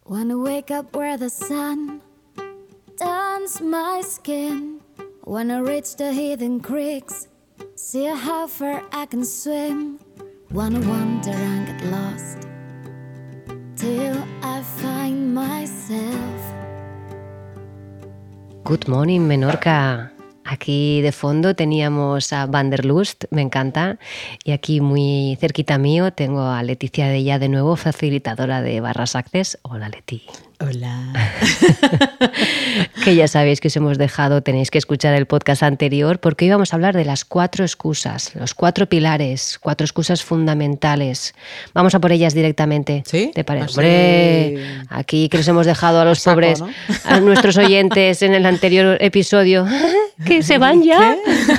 Wanna wake up where the sun turns my skin. Wanna reach the hidden creeks, see how far I can swim. Wanna wander and get lost till I find myself. Good morning, Menorca. Aquí de fondo teníamos a Wanderlust, me encanta. Y aquí muy cerquita mío tengo a Leticia Della de nuevo, facilitadora de Barras Access. Hola, Leti. Hola. Que ya sabéis que os hemos dejado, tenéis que escuchar el podcast anterior porque hoy vamos a hablar de las 4 excusas, los 4 pilares, 4 excusas fundamentales. Vamos a por ellas directamente. ¿Sí? ¿Te parece? Así... Hombre, aquí que nos hemos dejado a los saco, pobres, ¿no? a nuestros oyentes en el anterior episodio. ¿Que se van ya?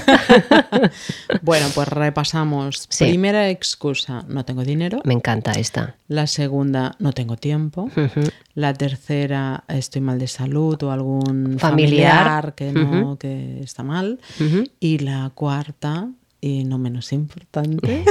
Bueno, pues repasamos. Sí. Primera excusa, no tengo dinero. Me encanta esta. La segunda, no tengo tiempo. La tercera, estoy mal de salud o algún familiar que, no, que está mal. Y la cuarta, y no menos importante,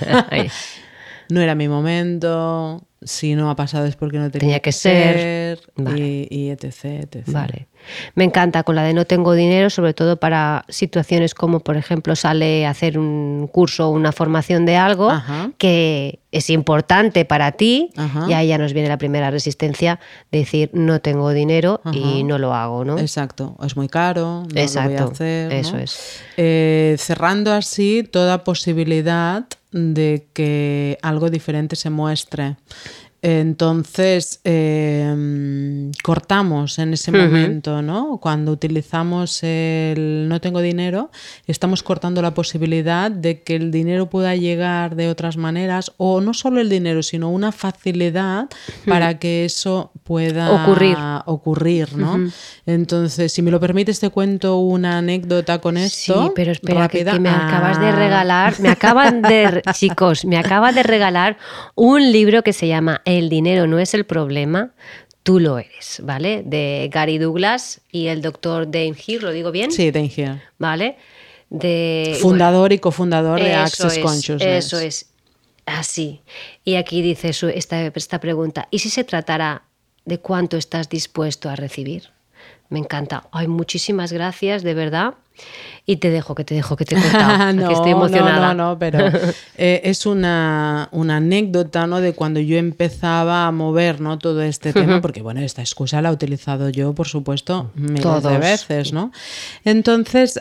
no era mi momento. Si no ha pasado es porque no tenía que ser. Vale. Y etc, etc. Vale. Me encanta con la de no tengo dinero, sobre todo para situaciones como, por ejemplo, sale a hacer un curso o una formación de algo que es importante para ti. Y ahí ya nos viene la primera resistencia de decir no tengo dinero y no lo hago, ¿no? Exacto. Es muy caro, no Exacto. lo voy a hacer, ¿no? Eso es. Cerrando así toda posibilidad de que algo diferente se muestre. Entonces cortamos en ese momento, ¿no? Cuando utilizamos el no tengo dinero, estamos cortando la posibilidad de que el dinero pueda llegar de otras maneras, o no solo el dinero, sino una facilidad para que eso pueda ocurrir, ¿no? Entonces, si me lo permites, te cuento una anécdota con esto. Sí, pero espera, rápida. que me acabas de regalar, chicos, me acabas de regalar un libro que se llama El dinero no es el problema, tú lo eres, ¿vale? De Gary Douglas y el doctor Dain Heer, ¿lo digo bien? Sí, Dain Heer. ¿Vale? Fundador y cofundador de Access Consciousness. Eso es, así. Y aquí dice esta pregunta, ¿y si se tratara de cuánto estás dispuesto a recibir? Me encanta. Ay, muchísimas gracias, de verdad. Y te dejo que te he cortado, no, que estoy emocionada. No, pero es una anécdota, ¿no? De cuando yo empezaba a mover, ¿no? Todo este tema, porque bueno, esta excusa la he utilizado yo, por supuesto, miles de veces, ¿no? Entonces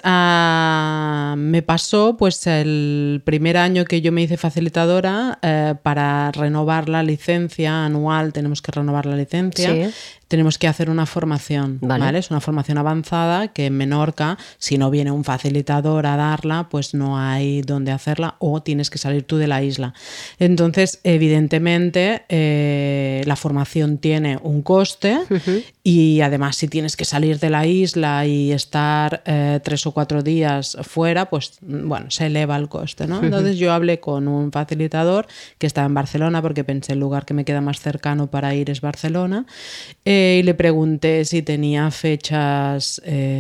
me pasó, pues el primer año que yo me hice facilitadora, para renovar la licencia anual, tenemos que renovar la licencia. Sí. Tenemos que hacer una formación, ¿vale? Es una formación avanzada que en Menorca, si no viene un facilitador a darla, pues no hay dónde hacerla o tienes que salir tú de la isla. Entonces, evidentemente, la formación tiene un coste y además si tienes que salir de la isla y estar 3 o 4 días fuera, pues bueno, se eleva el coste, ¿no? Entonces yo hablé con un facilitador que estaba en Barcelona porque pensé el lugar que me queda más cercano para ir es Barcelona. Y le pregunté si tenía fechas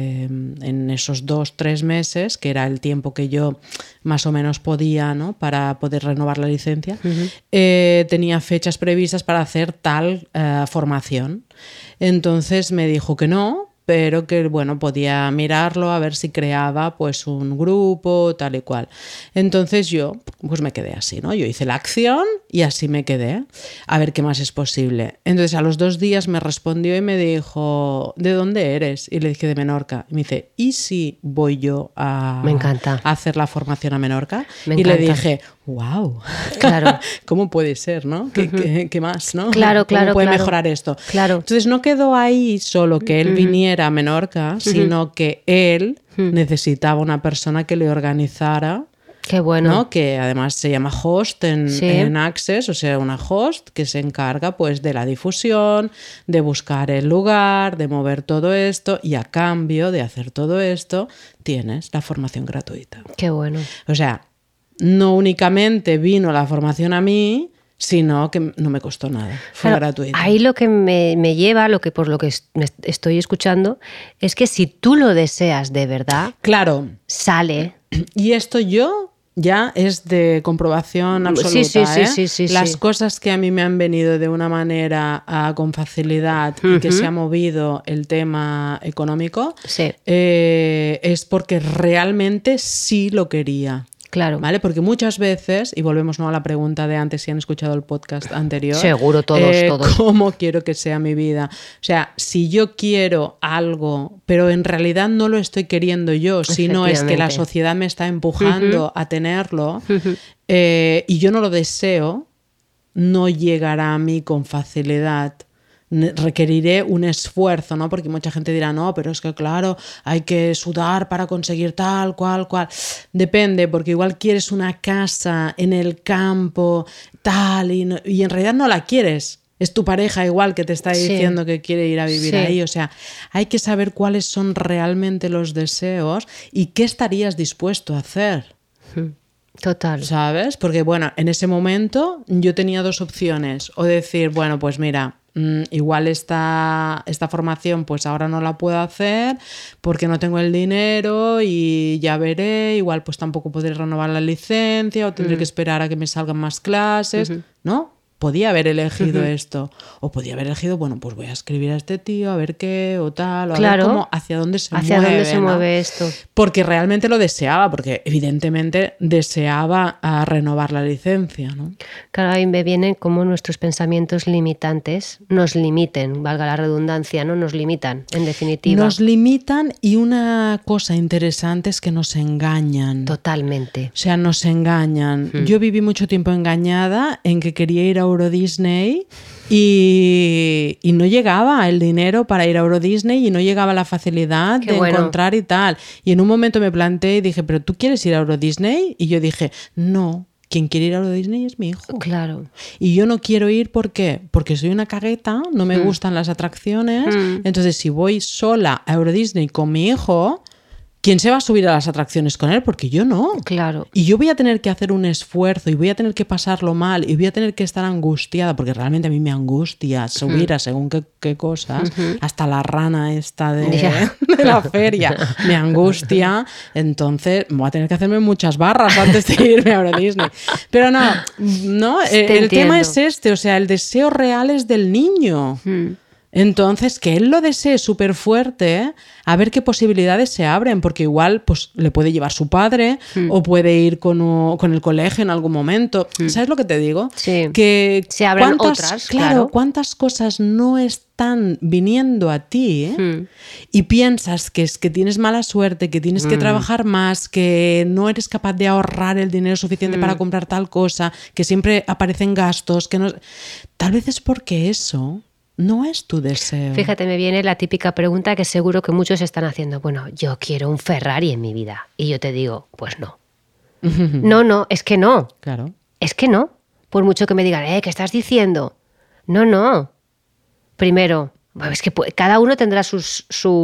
en esos 2-3 meses, que era el tiempo que yo más o menos podía, ¿no? Para poder renovar la licencia. Tenía fechas previstas para hacer tal formación. Entonces me dijo que no, pero que bueno, podía mirarlo a ver si creaba pues un grupo, tal y cual. Entonces yo pues me quedé así, ¿no? Yo hice la acción y así me quedé, a ver qué más es posible. Entonces a los 2 días me respondió y me dijo, ¿de dónde eres? Y le dije, de Menorca. Y me dice, ¿y si voy yo a hacer la formación a Menorca? Y le dije, wow, claro. ¿Cómo puede ser, no? ¿Qué más, no? Claro, ¿Cómo puede mejorar esto? Claro. Entonces no quedó ahí solo que él viniera a Menorca, sino que él necesitaba una persona que le organizara. Qué bueno. ¿No? Que además se llama host en Access, o sea, una host que se encarga pues de la difusión, de buscar el lugar, de mover todo esto, y a cambio de hacer todo esto tienes la formación gratuita. Qué bueno. O sea, no únicamente vino la formación a mí, sino que no me costó nada, fue gratuito. Ahí lo que me lleva, por lo que estoy escuchando, es que si tú lo deseas de verdad, claro, sale. Y esto yo ya es de comprobación absoluta. Sí. Las cosas que a mí me han venido de una manera con facilidad y que se ha movido el tema económico, es porque realmente sí lo quería. Claro. ¿Vale? Porque muchas veces, y volvemos a la pregunta de antes si han escuchado el podcast anterior. Seguro, todos. ¿Cómo quiero que sea mi vida? O sea, si yo quiero algo, pero en realidad no lo estoy queriendo yo, sino es que la sociedad me está empujando a tenerlo y yo no lo deseo, no llegará a mí con facilidad. Requeriré un esfuerzo, ¿no? Porque mucha gente dirá, no, pero es que claro, hay que sudar para conseguir tal, cual. Depende, porque igual quieres una casa en el campo, tal, y en realidad no la quieres. Es tu pareja igual que te está diciendo que quiere ir a vivir ahí. O sea, hay que saber cuáles son realmente los deseos y qué estarías dispuesto a hacer. Total. ¿Sabes? Porque, bueno, en ese momento yo tenía dos opciones. O decir, bueno, pues mira, igual esta formación pues ahora no la puedo hacer porque no tengo el dinero y ya veré, igual pues tampoco podré renovar la licencia o tendré que esperar a que me salgan más clases, ¿no? Podía haber elegido esto, o podía haber elegido, bueno, pues voy a escribir a este tío a ver qué o tal, o a ver cómo, hacia dónde se mueve esto. Porque realmente lo deseaba, porque evidentemente deseaba renovar la licencia, ¿no? Claro, ahí me vienen como nuestros pensamientos limitantes nos limiten, valga la redundancia, ¿no? Nos limitan, en definitiva. Nos limitan y una cosa interesante es que nos engañan. Totalmente. O sea, nos engañan. Yo viví mucho tiempo engañada en que quería ir a Euro Disney y no llegaba el dinero para ir a Euro Disney y no llegaba la facilidad de encontrar y tal. Y en un momento me planteé y dije, ¿pero tú quieres ir a Euro Disney? Y yo dije, no, quien quiere ir a Euro Disney es mi hijo. Claro. Y yo no quiero ir, ¿por qué? Porque soy una cagueta, no me gustan las atracciones. Entonces, si voy sola a Euro Disney con mi hijo, ¿quién se va a subir a las atracciones con él? Porque yo no. Claro. Y yo voy a tener que hacer un esfuerzo y voy a tener que pasarlo mal y voy a tener que estar angustiada, porque realmente a mí me angustia subir a según qué cosas, hasta la rana esta de la feria me angustia, entonces voy a tener que hacerme muchas barras antes de irme a Euro Disney. Pero no, el tema es este, o sea, el deseo real es del niño. Entonces, que él lo desee súper fuerte, a ver qué posibilidades se abren, porque igual pues, le puede llevar su padre o puede ir con el colegio en algún momento. ¿Sabes lo que te digo? Sí. Que se abren otras, claro. ¿Cuántas cosas no están viniendo a ti y piensas que es que tienes mala suerte, que tienes que trabajar más, que no eres capaz de ahorrar el dinero suficiente para comprar tal cosa, que siempre aparecen gastos, que no... Tal vez es porque eso... no es tu deseo. Fíjate, me viene la típica pregunta que seguro que muchos están haciendo. Bueno, yo quiero un Ferrari en mi vida. Y yo te digo, pues no. No, es que no. Claro. Es que no. Por mucho que me digan, ¿qué estás diciendo? No. Primero, es que cada uno tendrá sus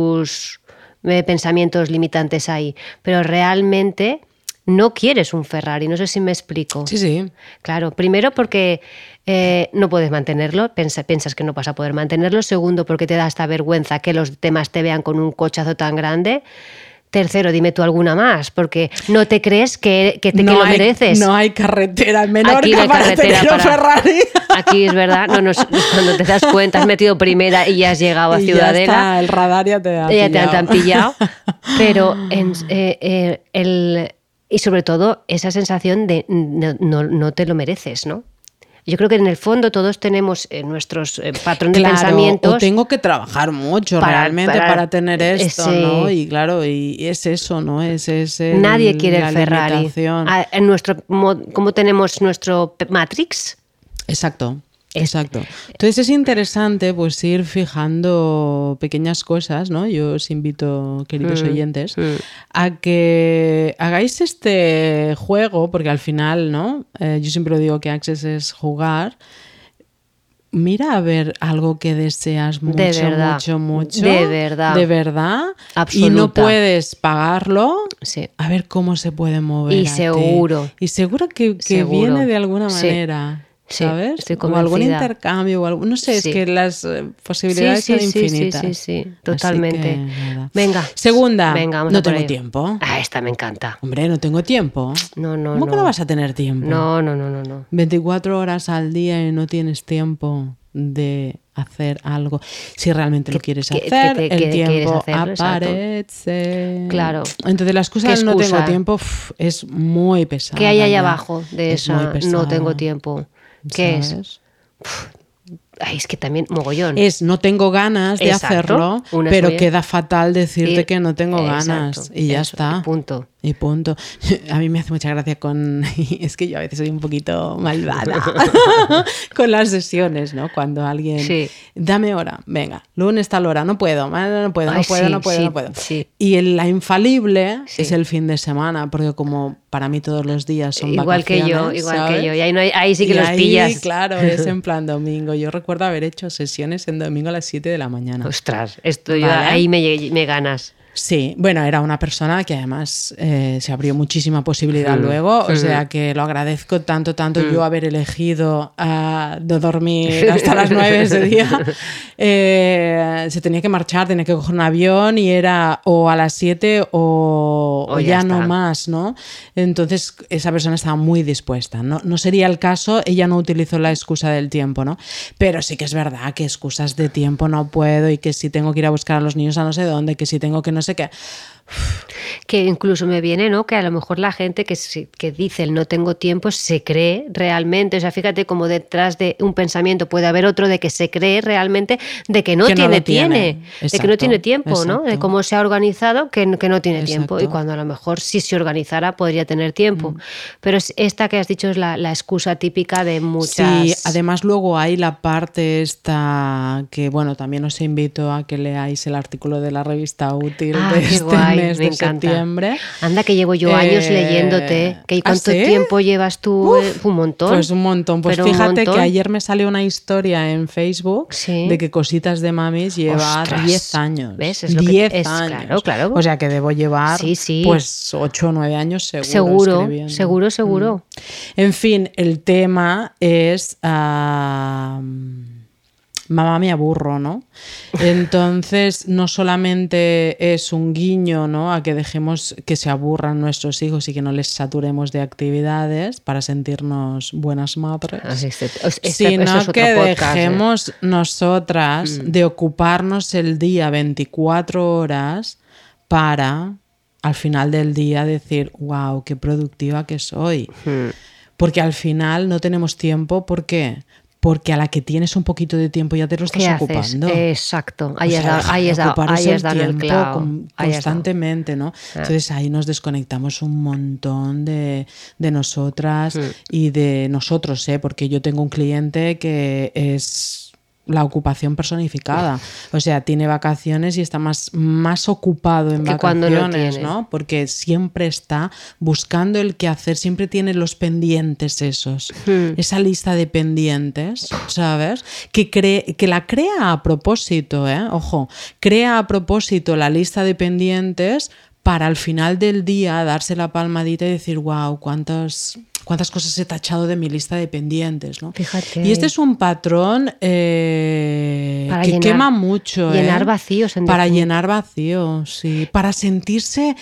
pensamientos limitantes ahí. Pero realmente no quieres un Ferrari. No sé si me explico. Sí. Claro, primero porque... no puedes mantenerlo, piensas que no vas a poder mantenerlo. Segundo, porque te da hasta vergüenza que los demás te vean con un cochazo tan grande. Tercero, dime tú alguna más, porque no te crees que lo mereces. No hay carretera en Menorca aquí no hay para tener un Ferrari. Aquí es verdad, cuando te das cuenta has metido primera y ya has llegado a Ciudadela. Ya está, el radar ya te ha pillado. Ya te han pillado. Pero y sobre todo esa sensación de no te lo mereces, ¿no? Yo creo que en el fondo todos tenemos nuestros patrones de pensamientos. O tengo que trabajar mucho realmente para tener esto, ¿no? Y claro, y es eso, ¿no? Nadie quiere el Ferrari. ¿Cómo tenemos nuestro Matrix? Exacto. Entonces es interesante pues ir fijando pequeñas cosas, ¿no? Yo os invito, queridos oyentes, a que hagáis este juego, porque al final, ¿no? Yo siempre digo que Access es jugar. Mira a ver algo que deseas mucho. De verdad. Absoluta. Y no puedes pagarlo. Sí. A ver cómo se puede mover. Y seguro. Y seguro que viene de alguna manera. ¿sabes? Estoy convencida. O algún intercambio, o algo, no sé, es que las posibilidades son infinitas. Sí, totalmente. Venga. Segunda, venga, no tengo tiempo. Esta me encanta. Hombre, no tengo tiempo. ¿Cómo que no vas a tener tiempo? No. 24 horas al día y no tienes tiempo de hacer algo. Si realmente lo quieres hacer, el tiempo aparece. Claro. Entonces la excusa del no tengo tiempo es muy pesada. ¿Qué hay ahí abajo de eso? No tengo tiempo. ¿Qué es? Es que también mogollón. No tengo ganas de hacerlo, pero queda fatal decirte que no tengo ganas. Y ya está. Y punto. A mí me hace mucha gracia es que yo a veces soy un poquito malvada con las sesiones, ¿no? Cuando alguien, dame hora, venga, lunes tal hora, no puedo. Y la infalible es el fin de semana, porque como para mí todos los días son vacaciones. Igual que yo. Y ahí sí que los pillas. Claro, es en plan domingo. Yo recuerdo haber hecho sesiones en domingo a las 7 de la mañana. Ostras, ahí me ganas. Sí, bueno, era una persona que además se abrió muchísima posibilidad luego, o sea que lo agradezco tanto yo haber elegido no dormir hasta las 9 ese día. Se tenía que marchar, tenía que coger un avión y era o a las 7 o ya no más, ¿no? Entonces esa persona estaba muy dispuesta. No sería el caso, ella no utilizó la excusa del tiempo, ¿no? Pero sí que es verdad que excusas de tiempo no puedo, y que si tengo que ir a buscar a los niños a no sé dónde, que si tengo que no sé qué. Que incluso me viene, ¿no? Que a lo mejor la gente que dice el no tengo tiempo se cree realmente, o sea, fíjate como detrás de un pensamiento puede haber otro de que se cree realmente de que no tiene tiempo, ¿no? De cómo se ha organizado que no tiene tiempo, y cuando a lo mejor si se organizara podría tener tiempo. Pero esta que has dicho es la excusa típica de muchas. Sí, además luego hay la parte esta que, bueno, también os invito a que leáis el artículo de la revista Útil de este mes de septiembre. Anda, que llevo yo años leyéndote. ¿Cuánto tiempo llevas tú? Un montón. Pues un montón. Pues fíjate que ayer me salió una historia en Facebook de que Cositas de Mamis lleva 10 años. ¿Ves? Es 10 años. Claro. O sea que debo llevar pues 8 o 9 años seguro. Seguro. En fin, el tema es... mamá, me aburro, ¿no? Entonces, no solamente es un guiño, ¿no?, a que dejemos que se aburran nuestros hijos y que no les saturemos de actividades para sentirnos buenas madres, sino que dejemos nosotras de ocuparnos el día 24 horas para, al final del día, decir, wow, qué productiva que soy. Porque al final no tenemos tiempo, ¿por qué? Porque a la que tienes un poquito de tiempo ya te lo estás ocupando. Exacto. Ahí has dado el clavo. Constantemente, ¿no? Entonces ahí nos desconectamos un montón de nosotras y de nosotros, porque yo tengo un cliente que es la ocupación personificada. O sea, tiene vacaciones y está más ocupado en vacaciones, cuando no tiene, ¿no? Porque siempre está buscando el qué hacer, siempre tiene los pendientes esos. Esa lista de pendientes, ¿sabes? Que la crea a propósito, Ojo, crea a propósito la lista de pendientes para al final del día darse la palmadita y decir, wow, cuántas cosas he tachado de mi lista de pendientes, ¿no? Fíjate. Y este es un patrón que quema mucho. Llenar vacíos. Para llenar vacíos, sí. Para sentirse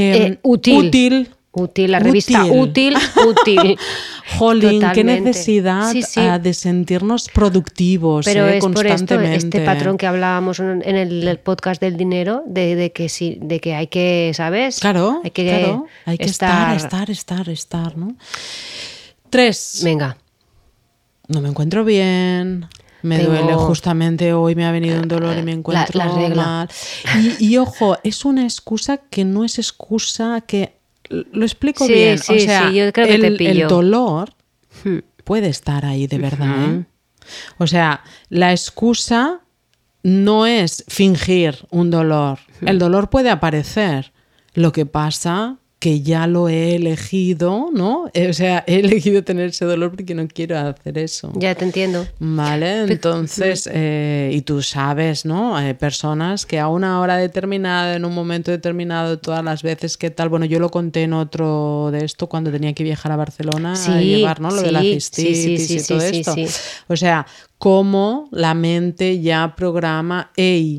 útil, la revista útil. Jolín, qué necesidad de sentirnos productivos. Pero es constantemente. por esto, este patrón que hablábamos en el podcast del dinero, de que hay que, ¿sabes? Claro, hay que estar, ¿no? 3. Venga. No me encuentro bien. Me duele, justamente hoy me ha venido un dolor y me encuentro mal. Y ojo, es una excusa que no es excusa que... Lo explico bien. O sea, yo creo que te pillo. El dolor puede estar ahí de verdad. O sea, la excusa no es fingir un dolor. El dolor puede aparecer. Lo que pasa que ya lo he elegido, ¿no? O sea, he elegido tener ese dolor porque no quiero hacer eso. Ya te entiendo. Vale, entonces, y tú sabes, ¿no? Hay personas que a una hora determinada, en un momento determinado, todas las veces que tal, bueno, yo lo conté en otro de esto cuando tenía que viajar a Barcelona a llevar, ¿no? Lo de la cistitis y todo esto. Sí. O sea, cómo la mente ya programa,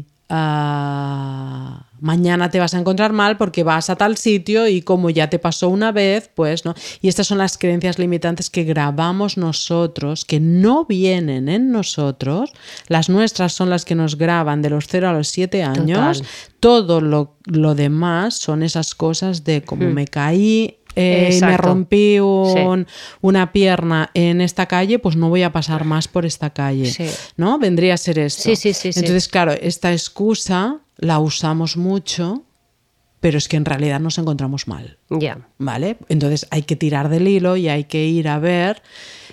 mañana te vas a encontrar mal porque vas a tal sitio y como ya te pasó una vez, pues no. Y estas son las creencias limitantes que grabamos nosotros, que no vienen en nosotros. Las nuestras son las que nos graban de los 0 a los 7 años. Total. Todo lo demás son esas cosas de como me caí, me rompí una pierna en esta calle, pues no voy a pasar más por esta calle, ¿no? Vendría a ser esto. Sí. Entonces, claro, esta excusa la usamos mucho, pero es que en realidad nos encontramos mal. Ya. ¿Vale? Entonces hay que tirar del hilo y hay que ir a ver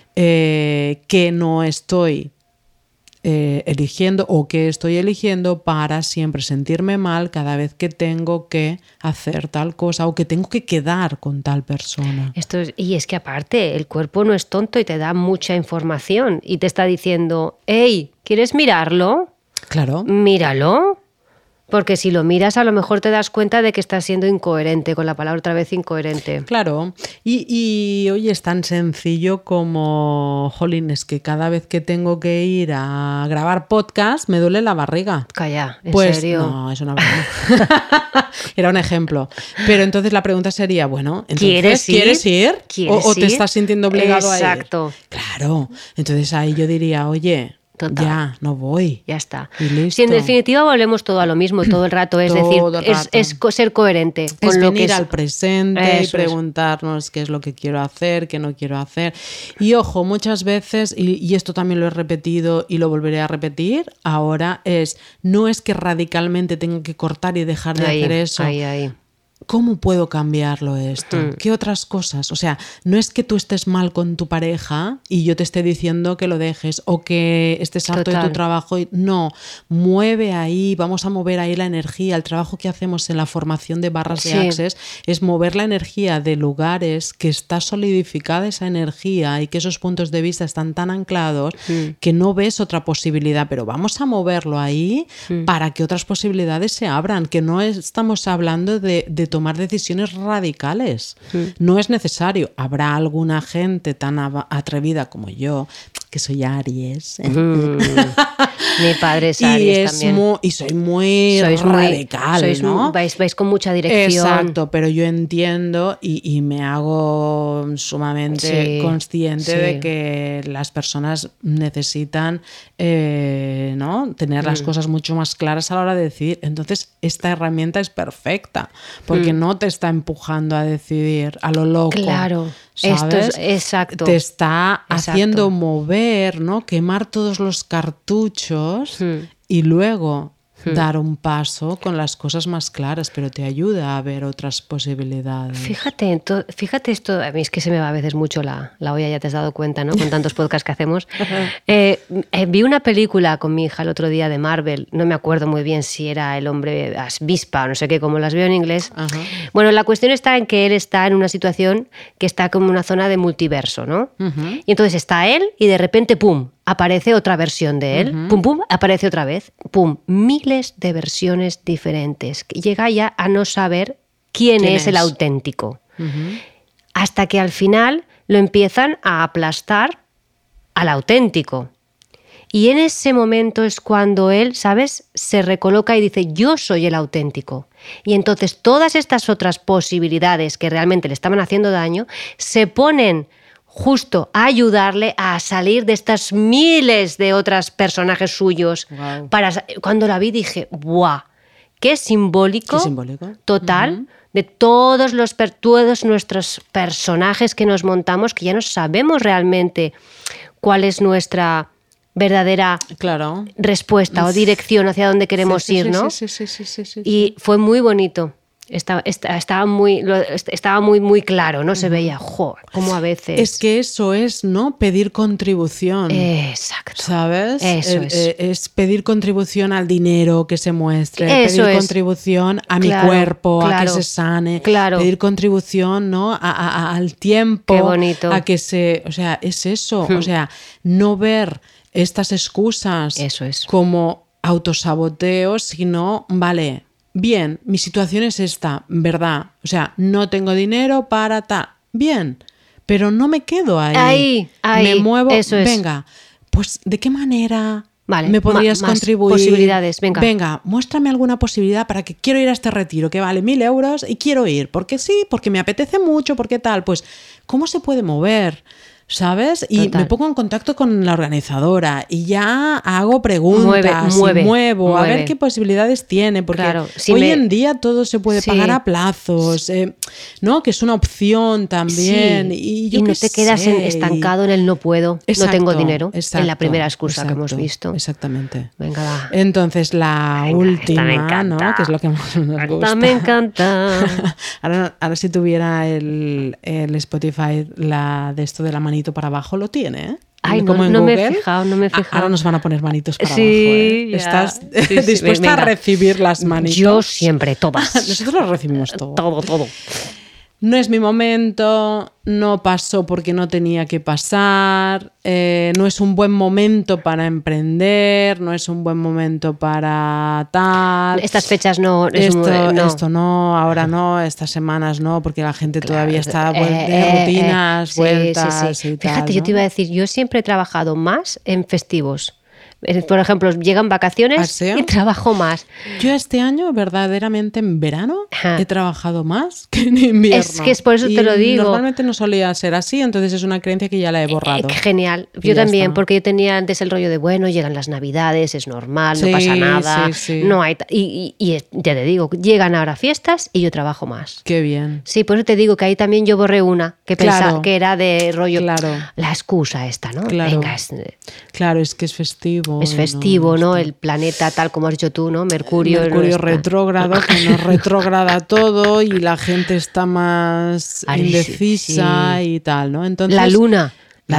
qué no estoy eligiendo o qué estoy eligiendo para siempre sentirme mal cada vez que tengo que hacer tal cosa o que tengo que quedar con tal persona. Y es que aparte el cuerpo no es tonto y te da mucha información y te está diciendo, hey, ¿quieres mirarlo? Claro. Míralo. Porque si lo miras a lo mejor te das cuenta de que estás siendo incoherente, con la palabra otra vez incoherente. Claro, y oye, es tan sencillo como, jolín, es que cada vez que tengo que ir a grabar podcast me duele la barriga. Calla, ¿en Pues serio? no, es una broma. Era un ejemplo. Pero entonces la pregunta sería, bueno, entonces, ¿quieres ir? ¿O te estás sintiendo obligado a ir? Exacto. Claro, entonces ahí yo diría, oye... Total. Ya, no voy. Ya está. Y listo. Si en definitiva volvemos todo a lo mismo todo el rato, es decir, es ser coherente. Con es lo venir que al presente y preguntarnos qué es lo que quiero hacer, qué no quiero hacer. Y ojo, muchas veces, y esto también lo he repetido y lo volveré a repetir, ahora no es que radicalmente tenga que cortar y dejar de hacer eso. ¿Cómo puedo cambiarlo esto? ¿Qué otras cosas? O sea, no es que tú estés mal con tu pareja y yo te esté diciendo que lo dejes o que estés harto de tu trabajo. No, mueve ahí, vamos a mover ahí la energía. El trabajo que hacemos en la formación de barras de Access es mover la energía de lugares que está solidificada esa energía y que esos puntos de vista están tan anclados que no ves otra posibilidad, pero vamos a moverlo ahí para que otras posibilidades se abran, que no estamos hablando de tomar decisiones radicales. No es necesario. Habrá alguna gente tan atrevida como yo, que soy Aries. Mi padre es Aries también. Y soy muy radical, ¿no? Vais con mucha dirección. Exacto, pero yo entiendo y me hago sumamente consciente de que las personas necesitan ¿no? tener las cosas mucho más claras a la hora de decidir. Entonces, esta herramienta es perfecta, porque no te está empujando a decidir a lo loco. Claro, ¿sabes? Exacto. Te está haciendo mover, ¿no? Quemar todos los cartuchos y luego dar un paso con las cosas más claras, pero te ayuda a ver otras posibilidades. Fíjate esto, a mí es que se me va a veces mucho la olla, ya te has dado cuenta, ¿no? Con tantos podcasts que hacemos. Vi una película con mi hija el otro día de Marvel, no me acuerdo muy bien si era El hombre avispa o no sé qué, como las veo en inglés. Bueno, la cuestión está en que él está en una situación que está como una zona de multiverso, ¿no? Y entonces está él y de repente, ¡pum!, aparece otra versión de él, pum, pum, aparece otra vez, pum, miles de versiones diferentes. Llega ya a no saber quién es el auténtico. Hasta que al final lo empiezan a aplastar al auténtico. Y en ese momento es cuando él, ¿sabes?, se recoloca y dice, yo soy el auténtico. Y entonces todas estas otras posibilidades que realmente le estaban haciendo daño se ponen justo a ayudarle a salir de estas miles de otros personajes suyos. Wow. Cuando la vi dije, ¡buah! ¡Qué simbólico! Total, de todos nuestros personajes que nos montamos, que ya no sabemos realmente cuál es nuestra verdadera respuesta o dirección hacia dónde queremos ir, ¿no? Sí. Y fue muy bonito. Estaba muy claro, ¿no? Se veía, como a veces... Es que eso es, ¿no? Pedir contribución. Exacto. ¿Sabes? Eso es pedir contribución al dinero que se muestre, Eso pedir contribución a mi cuerpo, a que se sane, pedir contribución, ¿no? Al tiempo. Qué bonito. A que se... O sea, es eso. O sea, no ver estas excusas como autosaboteos, sino, vale... Bien, mi situación es esta, ¿verdad? O sea, no tengo dinero para tal. Bien, pero no me quedo ahí. Me muevo. Venga, pues ¿de qué manera me podrías contribuir? Posibilidades, Venga, muéstrame alguna posibilidad para que quiero ir a este retiro que vale 1.000 euros y quiero ir. Porque sí, porque me apetece mucho, porque tal. Pues, ¿cómo se puede mover? ¿Sabes? Y me pongo en contacto con la organizadora y ya hago preguntas, muevo, a ver qué posibilidades tiene, porque hoy en día todo se puede pagar a plazos, ¿no? Que es una opción también. Sí. Y no te quedas estancado en el no puedo, no tengo dinero, en la primera excusa que hemos visto. Exactamente. Venga, va. Entonces la última, ¿no? Que es lo que más nos gusta. Me encanta. ahora si tuviera el Spotify de esto de la manita para abajo lo tiene, ¿eh? Ay, no me he fijado. Ahora nos van a poner manitos para abajo, ¿eh? ¿Estás dispuesta a recibir las manitos? Yo siempre, todas. Nosotros las recibimos todo. Todo. No es mi momento, no pasó porque no tenía que pasar, no es un buen momento para emprender, no es un buen momento para tal. Estas fechas no. Esto no, ahora no, estas semanas no, porque la gente todavía está de rutinas, vueltas y tal. Fíjate, ¿no? yo te iba a decir, yo siempre he trabajado más en festivos. Por ejemplo, llegan vacaciones y trabajo más. Yo este año, verdaderamente en verano, he trabajado más que en invierno. Es que es por eso te lo digo. Normalmente no solía ser así, entonces es una creencia que ya la he borrado. Genial. Yo también, porque yo tenía antes el rollo de, bueno, llegan las Navidades, es normal, no pasa nada. No hay y ya te digo, llegan ahora fiestas y yo trabajo más. Qué bien. Sí, por eso te digo que ahí también yo borré una, que pensaba que era de rollo, la excusa esta, ¿no? Venga, claro, es que es festivo. Es festivo, ¿no? El planeta, tal como has dicho tú, ¿no? Mercurio retrógrado, que nos retrógrada todo y la gente está más indecisa y tal, ¿no? Entonces, La luna.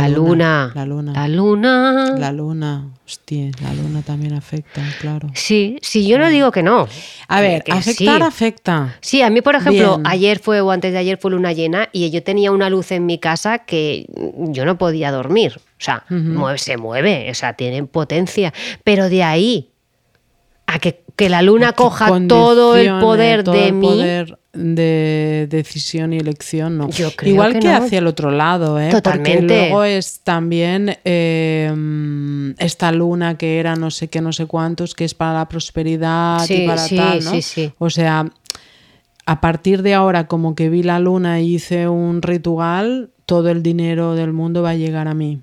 Hostia, la luna también afecta, claro. Sí, yo no digo que no. A ver, afecta. Sí, a mí, por ejemplo, ayer fue o antes de ayer fue luna llena y yo tenía una luz en mi casa que yo no podía dormir. O sea, se mueve, o sea, tiene potencia. Pero de ahí a que la luna coja todo el poder de mí. Poder de decisión y elección, no. Yo creo Igual que no. hacia el otro lado, ¿eh? Totalmente. Porque luego es también esta luna que era no sé qué, no sé cuántos, que es para la prosperidad y para tal, ¿no? Sí. O sea, a partir de ahora, como que vi la luna y hice un ritual, todo el dinero del mundo va a llegar a mí.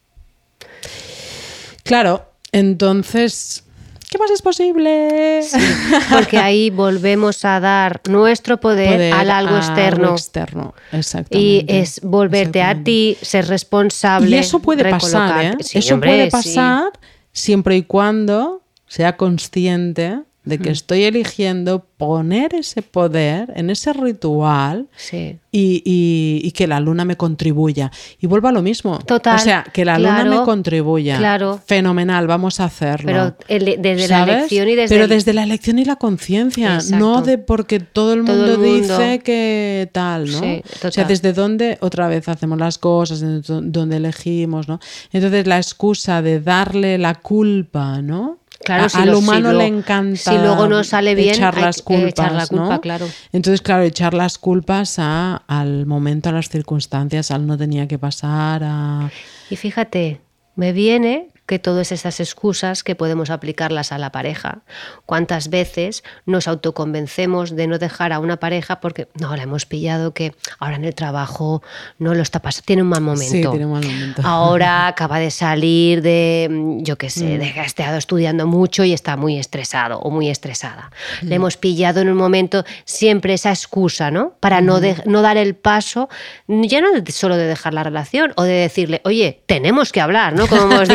Claro, entonces, ¿qué más es posible? Sí, porque ahí volvemos a dar nuestro poder al algo externo. Exactamente. Y es volverte a ti, ser responsable. Y eso puede pasar, ¿eh? Sí, eso puede pasar siempre y cuando sea consciente de que estoy eligiendo poner ese poder en ese ritual y que la luna me contribuya. Y vuelvo a lo mismo. Total. O sea, que la luna me contribuya. Claro. Fenomenal, vamos a hacerlo. Pero desde la elección y desde... Pero desde la elección y la conciencia, no de porque todo el mundo dice que tal, ¿no? Sí, o sea, desde dónde otra vez hacemos las cosas, donde elegimos, ¿no? Entonces la excusa de darle la culpa, ¿no? Claro, al humano le encanta si luego no sale bien, echar las culpas, echar la culpa, ¿no? claro. Entonces, claro, echar las culpas al momento, a las circunstancias, al no tenía que pasar. Y fíjate, me viene que todas estas excusas que podemos aplicarlas a la pareja. ¿Cuántas veces nos autoconvencemos de no dejar a una pareja porque no, la hemos pillado que ahora en el trabajo no lo está pasando, tiene un mal momento? Sí, tiene un mal momento. Ahora acaba de salir de, yo qué sé, de que ha estado estudiando mucho y está muy estresado o muy estresada. Le hemos pillado en un momento, siempre esa excusa, ¿no? Para no dar el paso, ya no solo de dejar la relación o de decirle, oye, tenemos que hablar, ¿no? Como hemos dicho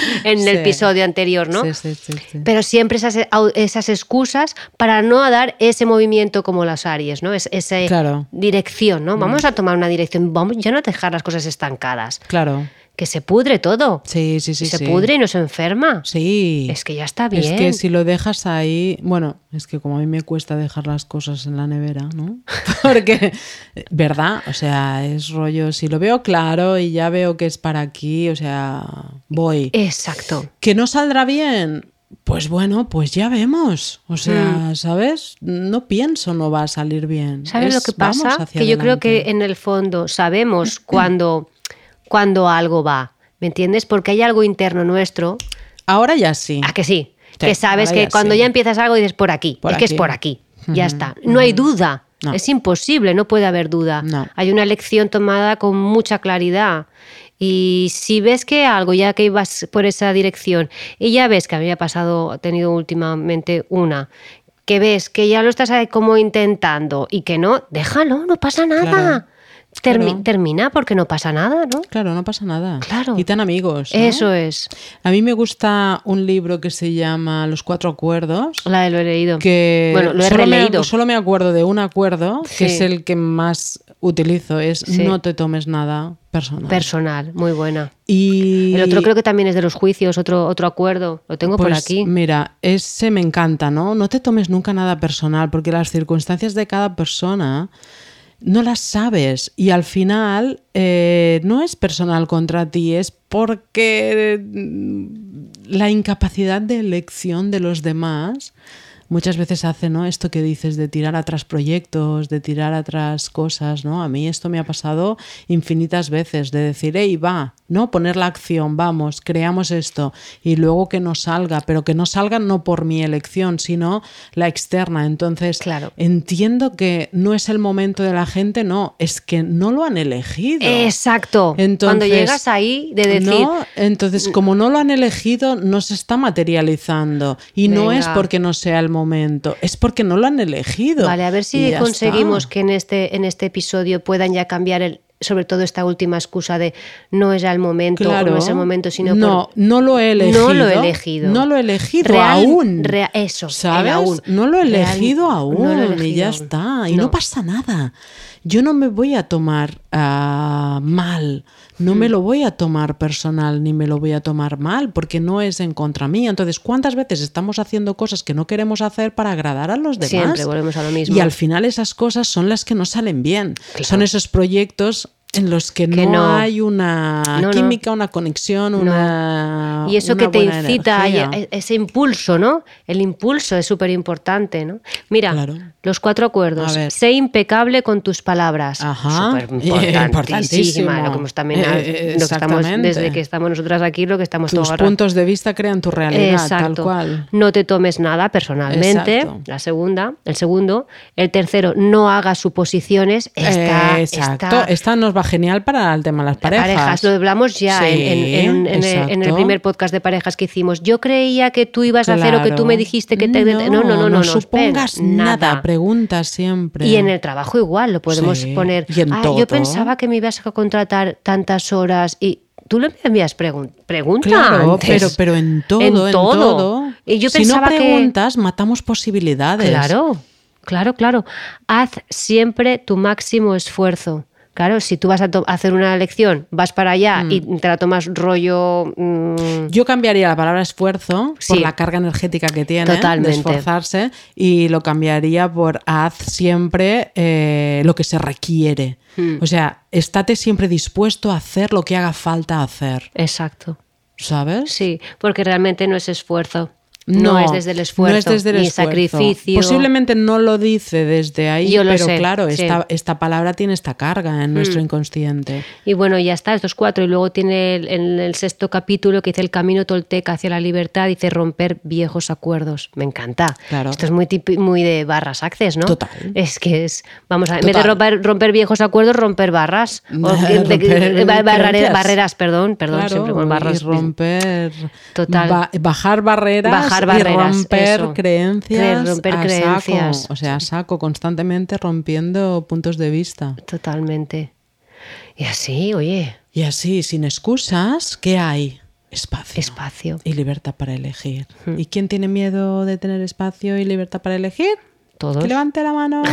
en el episodio anterior, ¿no? Sí. Pero siempre esas excusas para no dar ese movimiento como las Aries, ¿no? Esa dirección, ¿no? Vamos a tomar una dirección, vamos ya no dejar las cosas estancadas. Claro. Que se pudre todo. Sí. Se pudre y no se enferma. Sí. Es que ya está bien. Es que si lo dejas ahí... Bueno, es que como a mí me cuesta dejar las cosas en la nevera, ¿no? Porque, ¿verdad? O sea, es rollo... Si lo veo claro y ya veo que es para aquí, o sea, voy. Exacto. ¿Que no saldrá bien? Pues bueno, pues ya vemos. O sea, ¿sabes? No pienso no va a salir bien. ¿Sabes lo que pasa? Que yo creo que en el fondo sabemos cuando algo va, ¿me entiendes? Porque hay algo interno nuestro. Ahora ya sí. ¿A que sí? Que sabes que cuando ya empiezas algo dices por aquí, que es por aquí, ya está. No hay duda, es imposible, no puede haber duda. No. Hay una elección tomada con mucha claridad. Y si ves que algo, ya que ibas por esa dirección, y ya ves que había pasado, tenido últimamente que ves que ya lo estás como intentando y que no, déjalo, no pasa nada. Claro. Termina porque no pasa nada, ¿no? Claro, no pasa nada. Claro. Y tan amigos, ¿no? Eso es. A mí me gusta un libro que se llama Los 4 acuerdos. Lo he leído. Bueno, lo he releído. Solo me acuerdo de un acuerdo, que es el que más utilizo, es no te tomes nada personal. Personal, muy buena. Y el otro creo que también es de los juicios, otro acuerdo. Lo tengo por aquí. Mira, ese me encanta, ¿no? No te tomes nunca nada personal, porque las circunstancias de cada persona no las sabes y al final no es personal contra ti, es porque la incapacidad de elección de los demás muchas veces hace, ¿no? Esto que dices de tirar atrás proyectos, de tirar atrás cosas, ¿no? A mí esto me ha pasado infinitas veces, de decir, hey, va, ¿no? Poner la acción, vamos, creamos esto y luego que no salga, pero que no salga no por mi elección, sino la externa. Entonces, entiendo que no es el momento de la gente, no, es que no lo han elegido. Exacto. Entonces, cuando llegas ahí de decir... ¿no? Entonces, como no lo han elegido, no se está materializando y no es porque no sea el momento, es porque no lo han elegido. Vale, a ver si conseguimos que en este episodio puedan ya cambiar sobre todo esta última excusa de no es el momento, o no es el momento, sino no lo he elegido. No lo he elegido. No lo he elegido aún. Eso, ¿sabes? Aún. No lo he elegido aún, no lo he elegido y ya está. Y no pasa nada. Yo no me voy a tomar mal, no me lo voy a tomar personal ni me lo voy a tomar mal porque no es en contra mía. Entonces, ¿cuántas veces estamos haciendo cosas que no queremos hacer para agradar a los demás? Siempre volvemos a lo mismo. Y al final esas cosas son las que no salen bien. Claro. Son esos proyectos en los que no hay una química, una conexión, una y eso una que te incita energía. Ese impulso, ¿no? El impulso es súper importante, ¿no? Mira, los 4 acuerdos. Sé impecable con tus palabras. Ajá. Súper importantísima. Lo que hemos también, desde que estamos nosotras aquí, lo que estamos tus puntos de vista crean tu realidad, tal cual. No te tomes nada personalmente. Exacto. El segundo. El tercero, no hagas suposiciones. Esta nos va genial para el tema de las parejas. Lo hablamos ya en el primer podcast de parejas que hicimos. Yo creía que tú ibas a hacer o que tú me dijiste que te... No supongas nada, pregunta siempre. Y en el trabajo igual lo podemos poner. Y en todo. Yo pensaba que me ibas a contratar tantas horas y... Tú le envías pregunta claro, antes. Pero en todo. Y yo si no preguntas, matamos posibilidades. Claro. Haz siempre tu máximo esfuerzo. Claro, si tú vas a hacer una elección, vas para allá y te la tomas rollo... Yo cambiaría la palabra esfuerzo por la carga energética que tiene de esforzarse y lo cambiaría por haz siempre lo que se requiere. O sea, estate siempre dispuesto a hacer lo que haga falta hacer. Exacto. ¿Sabes? Sí, porque realmente no es esfuerzo. No es desde el esfuerzo, no es desde el sacrificio. Posiblemente no lo dice desde ahí, pero sé, claro, sí. esta palabra tiene esta carga en nuestro inconsciente. Y bueno, ya está, estos 4. Y luego tiene el 6º capítulo que dice el camino tolteca hacia la libertad, dice romper viejos acuerdos. Me encanta. Claro. Esto es muy de barras access, ¿no? Total. Es que vamos a, en vez de romper viejos acuerdos, romper barras. Barreras, perdón, claro, siempre con barras. Y romper. Total. Bajar barreras. Y romper creencias. Romper creencias. Saco. O sea, saco constantemente rompiendo puntos de vista. Totalmente. Y así, oye. Y así, sin excusas, ¿qué hay? Espacio. Y libertad para elegir. ¿Y quién tiene miedo de tener espacio y libertad para elegir? Todos. Que levante la mano.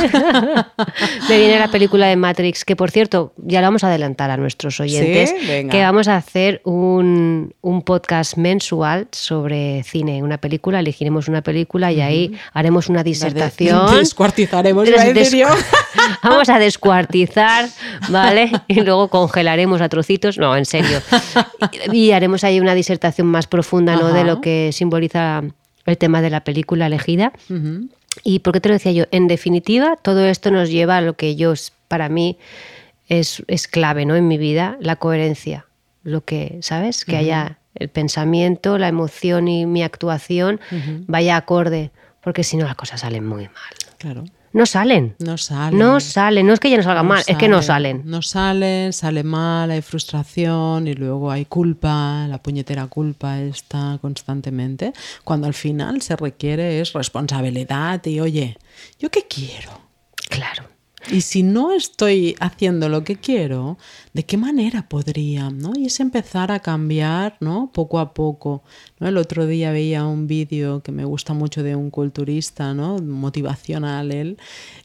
Me viene la película de Matrix, que por cierto, ya lo vamos a adelantar a nuestros oyentes, ¿Sí? Venga. Que vamos a hacer un podcast mensual sobre cine, una película, elegiremos una película y ahí haremos una disertación. Descuartizaremos, iba a decir yo. Vamos a descuartizar, ¿vale? Y luego congelaremos a trocitos, no, en serio. Y haremos ahí una disertación más profunda, ¿no? De lo que simboliza el tema de la película elegida. ¿Y por qué te lo decía yo? En definitiva, todo esto nos lleva a lo que para mí es clave, ¿no? En mi vida, la coherencia. Lo que, ¿sabes? Que haya el pensamiento, la emoción y mi actuación vaya acorde, porque si no las cosas salen muy mal. Claro. No salen. No es que ya no salgan mal, es que no salen. No salen, sale mal, hay frustración y luego hay culpa, la puñetera culpa está constantemente, cuando al final se requiere es responsabilidad y oye, ¿yo qué quiero? Claro. Y si no estoy haciendo lo que quiero, ¿de qué manera podría? ¿No? Y es empezar a cambiar, ¿no? Poco a poco, ¿no? El otro día veía un vídeo que me gusta mucho de un culturista, ¿no? Motivacional él.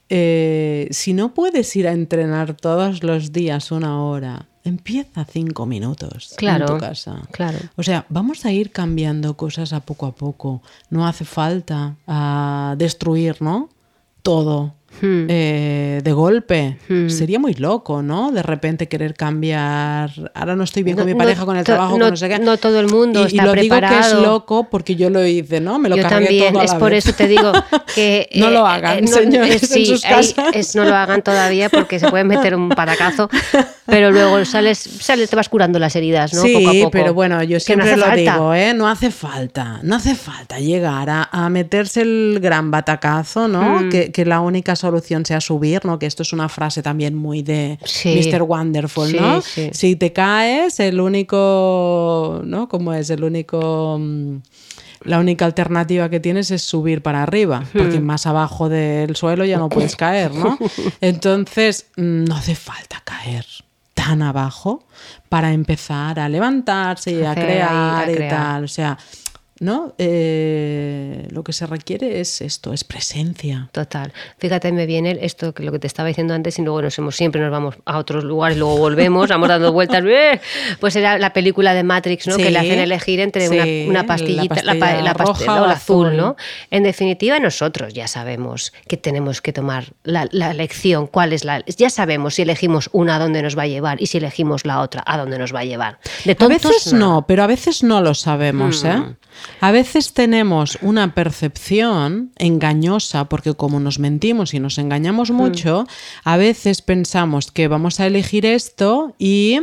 Si no puedes ir a entrenar todos los días 1 hora, empieza 5 minutos en tu casa. Claro. O sea, vamos a ir cambiando cosas a poco. No hace falta destruir, ¿no? Todo. De golpe. Sería muy loco, ¿no? De repente querer cambiar. Ahora no estoy bien con mi pareja, con el trabajo, con no sé qué. No todo el mundo está lo preparado. Digo que es loco porque yo lo hice, ¿no? Me lo cargué también, todo a la es vez. Por eso te digo que no lo hagan, señores, en sus casas. No lo hagan todavía porque se pueden meter un patacazo, pero luego te vas curando las heridas, ¿no? Sí, poco a poco. pero bueno, yo siempre no lo digo, ¿eh? No hace falta llegar a meterse el gran batacazo, ¿no? Que la única solución sea subir, ¿no? Que esto es una frase también muy de Mr. Wonderful, ¿no? Sí. Si te caes, el único, ¿no? ¿Cómo es? La única alternativa que tienes es subir para arriba, porque más abajo del suelo ya no puedes caer, ¿no? Entonces, no hace falta caer tan abajo para empezar a levantarse y a crear y tal. O sea, ¿no? Lo que se requiere es esto, es presencia. Total. Fíjate, me viene esto que lo que te estaba diciendo antes y luego siempre nos vamos a otros lugares, luego volvemos, vamos dando vueltas. Pues era la película de Matrix, ¿no? Que le hacen elegir entre una pastillita, la pastilla o la azul, ¿no? En definitiva, nosotros ya sabemos que tenemos que tomar la elección. Ya sabemos si elegimos una a dónde nos va a llevar y si elegimos la otra a dónde nos va a llevar. A veces no, pero a veces no lo sabemos, ¿eh? A veces tenemos una percepción engañosa porque como nos mentimos y nos engañamos mucho, a veces pensamos que vamos a elegir esto y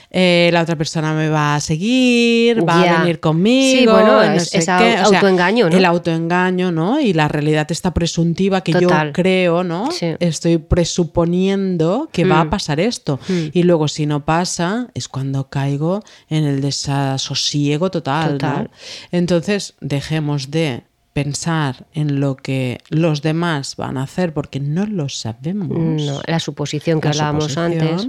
la otra persona me va a seguir, va a venir conmigo. Sí, bueno, no es autoengaño, ¿no? El autoengaño, ¿no? Y la realidad está presuntiva que Total. yo creo, ¿no? Sí. Estoy presuponiendo que va a pasar esto. Y luego si no pasa es cuando caigo en el desasosiego total. ¿no? Entonces dejemos de pensar en lo que los demás van a hacer porque no lo sabemos. No, la suposición que hablábamos antes.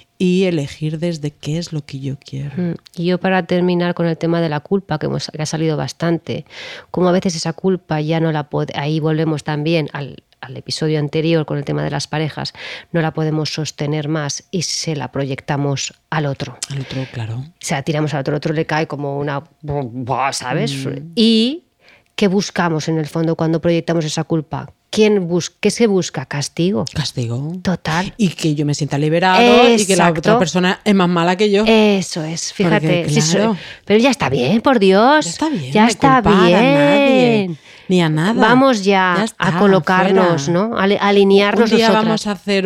Y elegir desde qué es lo que yo quiero. Y yo para terminar con el tema de la culpa, que ha salido bastante, como a veces esa culpa ya no la ahí volvemos también al episodio anterior con el tema de las parejas, no la podemos sostener más y se la proyectamos al otro. Al otro, claro. Se la tiramos al otro, el otro le cae como una... ¿sabes? Y ¿qué buscamos en el fondo cuando proyectamos esa culpa? ¿Qué se busca? Castigo. Castigo. Total. Y que yo me sienta liberado. Exacto. Y que la otra persona es más mala que yo. Eso es, fíjate. Porque, claro, pero ya está bien, por Dios. Ya está bien. Ya está bien. A nadie, ni a nada. Vamos ya a colocarnos, fuera. ¿No? A alinearnos un día nosotras. Vamos a hacer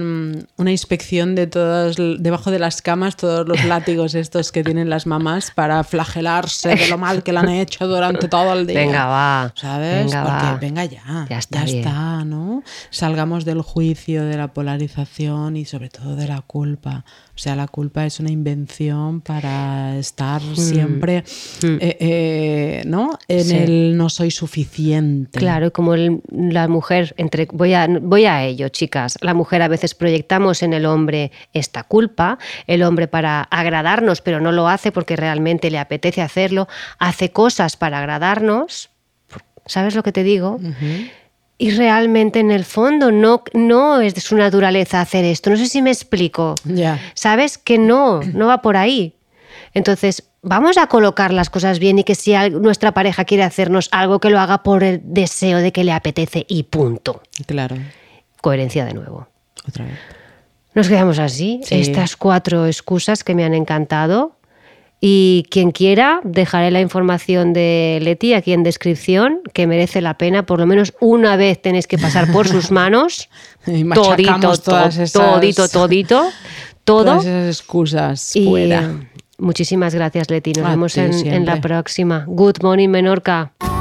una inspección de todos, debajo de las camas, todos los látigos estos que tienen las mamás para flagelarse de lo mal que le han hecho durante todo el día. Venga, va. ¿Sabes? Venga, porque va. venga ya. Ya está está, ¿no? Salgamos del juicio, de la polarización y sobre todo de la culpa. O sea, la culpa es una invención para estar siempre ¿no? En el no soy suficiente. Claro, y como la mujer, voy a ello, chicas, la mujer a veces proyectamos en el hombre esta culpa, el hombre para agradarnos, pero no lo hace porque realmente le apetece hacerlo, hace cosas para agradarnos, ¿sabes lo que te digo? Y realmente en el fondo no es de su naturaleza hacer esto. No sé si me explico. ¿Sabes? Que no va por ahí. Entonces, vamos a colocar las cosas bien y que si nuestra pareja quiere hacernos algo, que lo haga por el deseo de que le apetece y punto. Claro. Coherencia de nuevo. Otra vez. Nos quedamos así. Sí. Estas 4 excusas que me han encantado. Y quien quiera, dejaré la información de Leti aquí en descripción, que merece la pena. Por lo menos una vez tenéis que pasar por sus manos. Todito. Todas esas excusas fuera. Muchísimas gracias, Leti. Nos vemos en la próxima. Good morning, Menorca.